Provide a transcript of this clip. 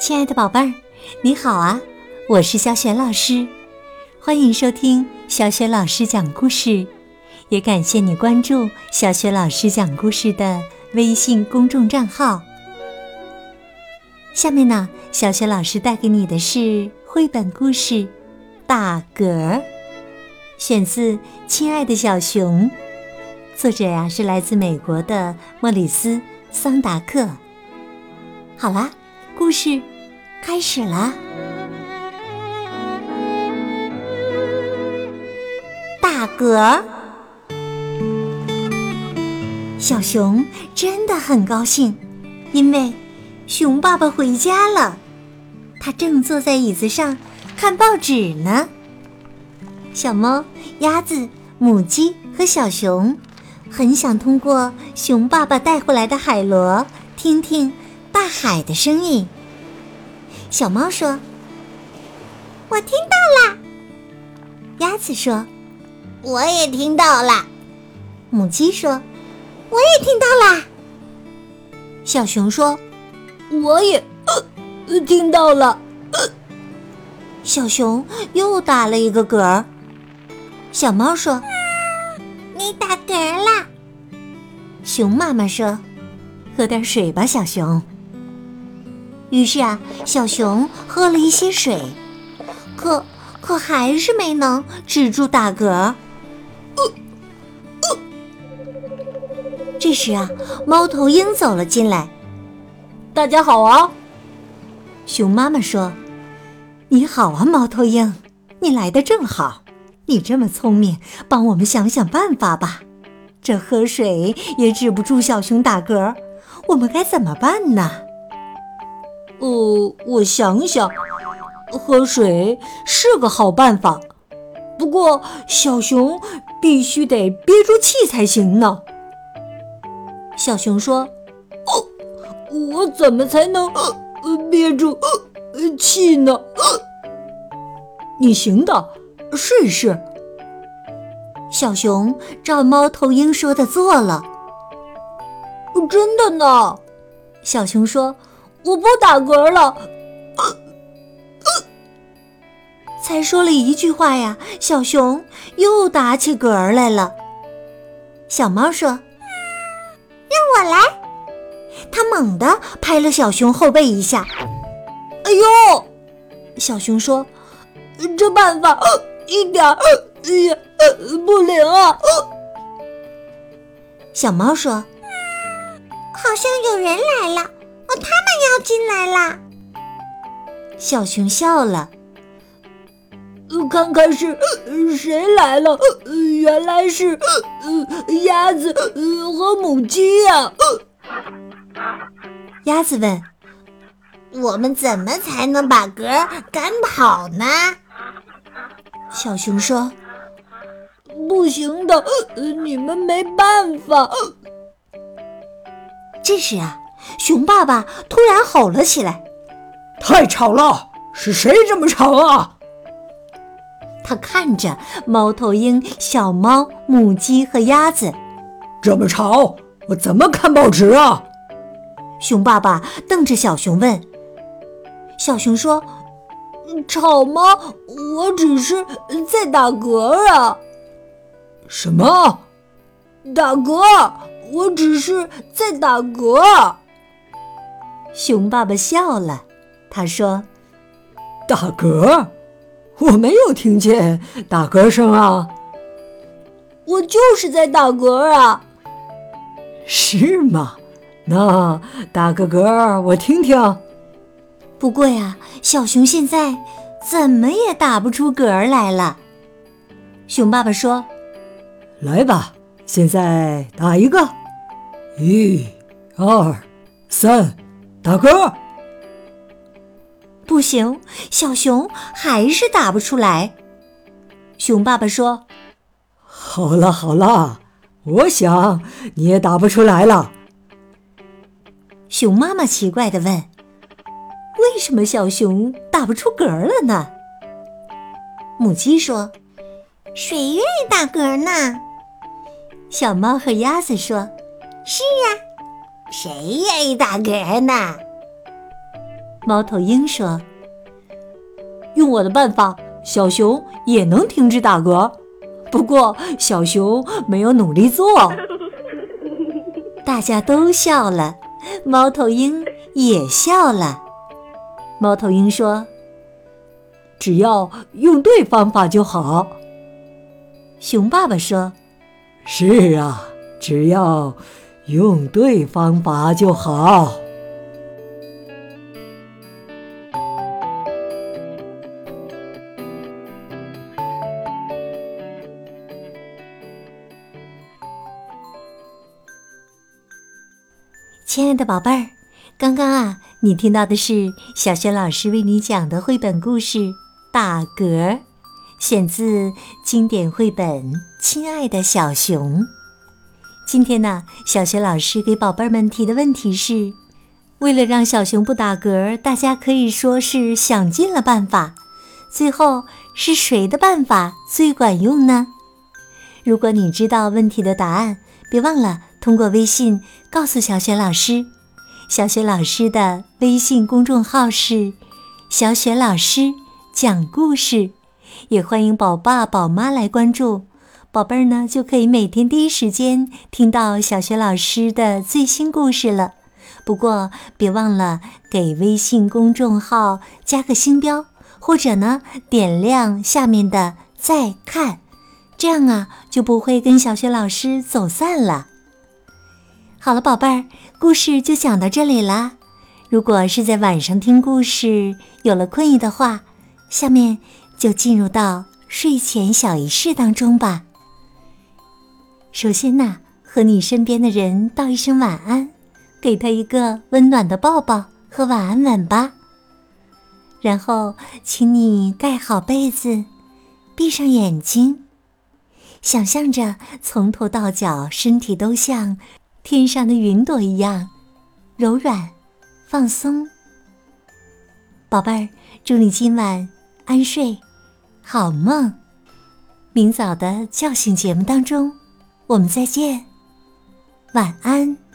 亲爱的宝贝儿，你好啊，我是小雪老师，欢迎收听小雪老师讲故事，也感谢你关注小雪老师讲故事的微信公众账号。下面呢，小雪老师带给你的是绘本故事《打嗝》，选自《亲爱的小熊》，作者呀是来自美国的莫里斯·桑达克。好啦，故事开始啦！打嗝，小熊真的很高兴，因为熊爸爸回家了。他正坐在椅子上看报纸呢。小猫、鸭子、母鸡和小熊很想通过熊爸爸带回来的海螺听听大海的声音。小猫说：“我听到了。”鸭子说：“ 我也听到了。” 母鸡说：“ 我也听到了。” 小熊说：“ 我也听到了。” 小熊又打了一个嗝。小猫说：“ 你打嗝了。” 熊妈妈说：“喝点水吧，小熊。”于是啊，小熊喝了一些水，可还是没能止住打嗝。这时啊，猫头鹰走了进来。 “大家好啊！” 熊妈妈说。“你好啊，猫头鹰，你来得正好。你这么聪明，帮我们想想办法吧。这喝水也止不住小熊打嗝，我们该怎么办呢？” 我想想，喝水是个好办法，不过小熊必须得憋住气才行呢。 小熊说：“ 我怎么才能憋住气呢？”你行的，试一试。 小熊照猫头鹰说的做了。 真的呢？ 小熊说：“ 我不打嗝了。” 才说了一句话呀，小熊又打起嗝来了。小猫说：“ 让我来。” 它猛地拍了小熊后背一下。 “哎呦！” 小熊说：“ 这办法一点也不灵啊！” 小猫说：“ 好像有人来了，他们要进来了。” 小熊笑了。 看看是谁来了，原来是鸭子和母鸡呀。 鸭子问：“ 我们怎么才能把嗝赶跑呢？” 小熊说：“ 不行的，你们没办法。” 这时啊，熊爸爸突然吼了起来：“ 太吵了！是谁这么吵啊？” 他看着猫头鹰、小猫、母鸡和鸭子， 这么吵，我怎么看报纸啊？ 熊爸爸瞪着小熊问。小熊说：“ 吵吗？我只是在打嗝啊。” 什么？ 打嗝？我只是在打嗝。 熊爸爸笑了，他说：“ 打嗝？我没有听见打嗝声啊。” 我就是在打嗝啊。 是吗？那打个嗝我听听。 不过呀，小熊现在怎么也打不出嗝来了。熊爸爸说：“ 来吧，现在打一个，1、2、3，打嗝。” 不行，小熊还是打不出来。熊爸爸说：“ 好了好了，我想你也打不出来了。” 熊妈妈奇怪地问：“为什么小熊打不出嗝了呢？”母鸡说：“ 谁愿意打嗝呢？” 小猫和鸭子说：“ 是呀，谁愿意打嗝呢？” 猫头鹰说：“ 用我的办法，小熊也能停止打嗝。不过小熊没有努力做。” 大家都笑了，猫头鹰也笑了。猫头鹰说：“ 只要用对方法就好。” 熊爸爸说：“ 是啊，只要用对方法就好。” 亲爱的宝贝儿，刚刚你听到的是小雪老师为你讲的绘本故事《打嗝》，选自经典绘本《亲爱的小熊》。今天呢，小雪老师给宝贝们提的问题是：为了让小熊不打嗝，大家可以说是想尽了办法，最后是谁的办法最管用呢？如果你知道问题的答案，别忘了通过微信告诉小雪老师。小雪老师的微信公众号是小雪老师讲故事，也欢迎宝爸宝妈来关注，宝贝儿呢就可以每天第一时间听到小雪老师的最新故事了。不过别忘了给微信公众号加个星标，或者呢点亮下面的再看，这样就不会跟小雪老师走散了。好了，宝贝儿，故事就讲到这里啦。如果是在晚上听故事有了困意的话，下面就进入到睡前小仪式当中吧。首先和你身边的人道一声晚安，给他一个温暖的抱抱和晚安吻吧。然后请你盖好被子，闭上眼睛，想象着从头到脚身体都像天上的云朵一样柔软放松。宝贝儿，祝你今晚安睡好梦。明早的叫醒节目当中我们再见，晚安。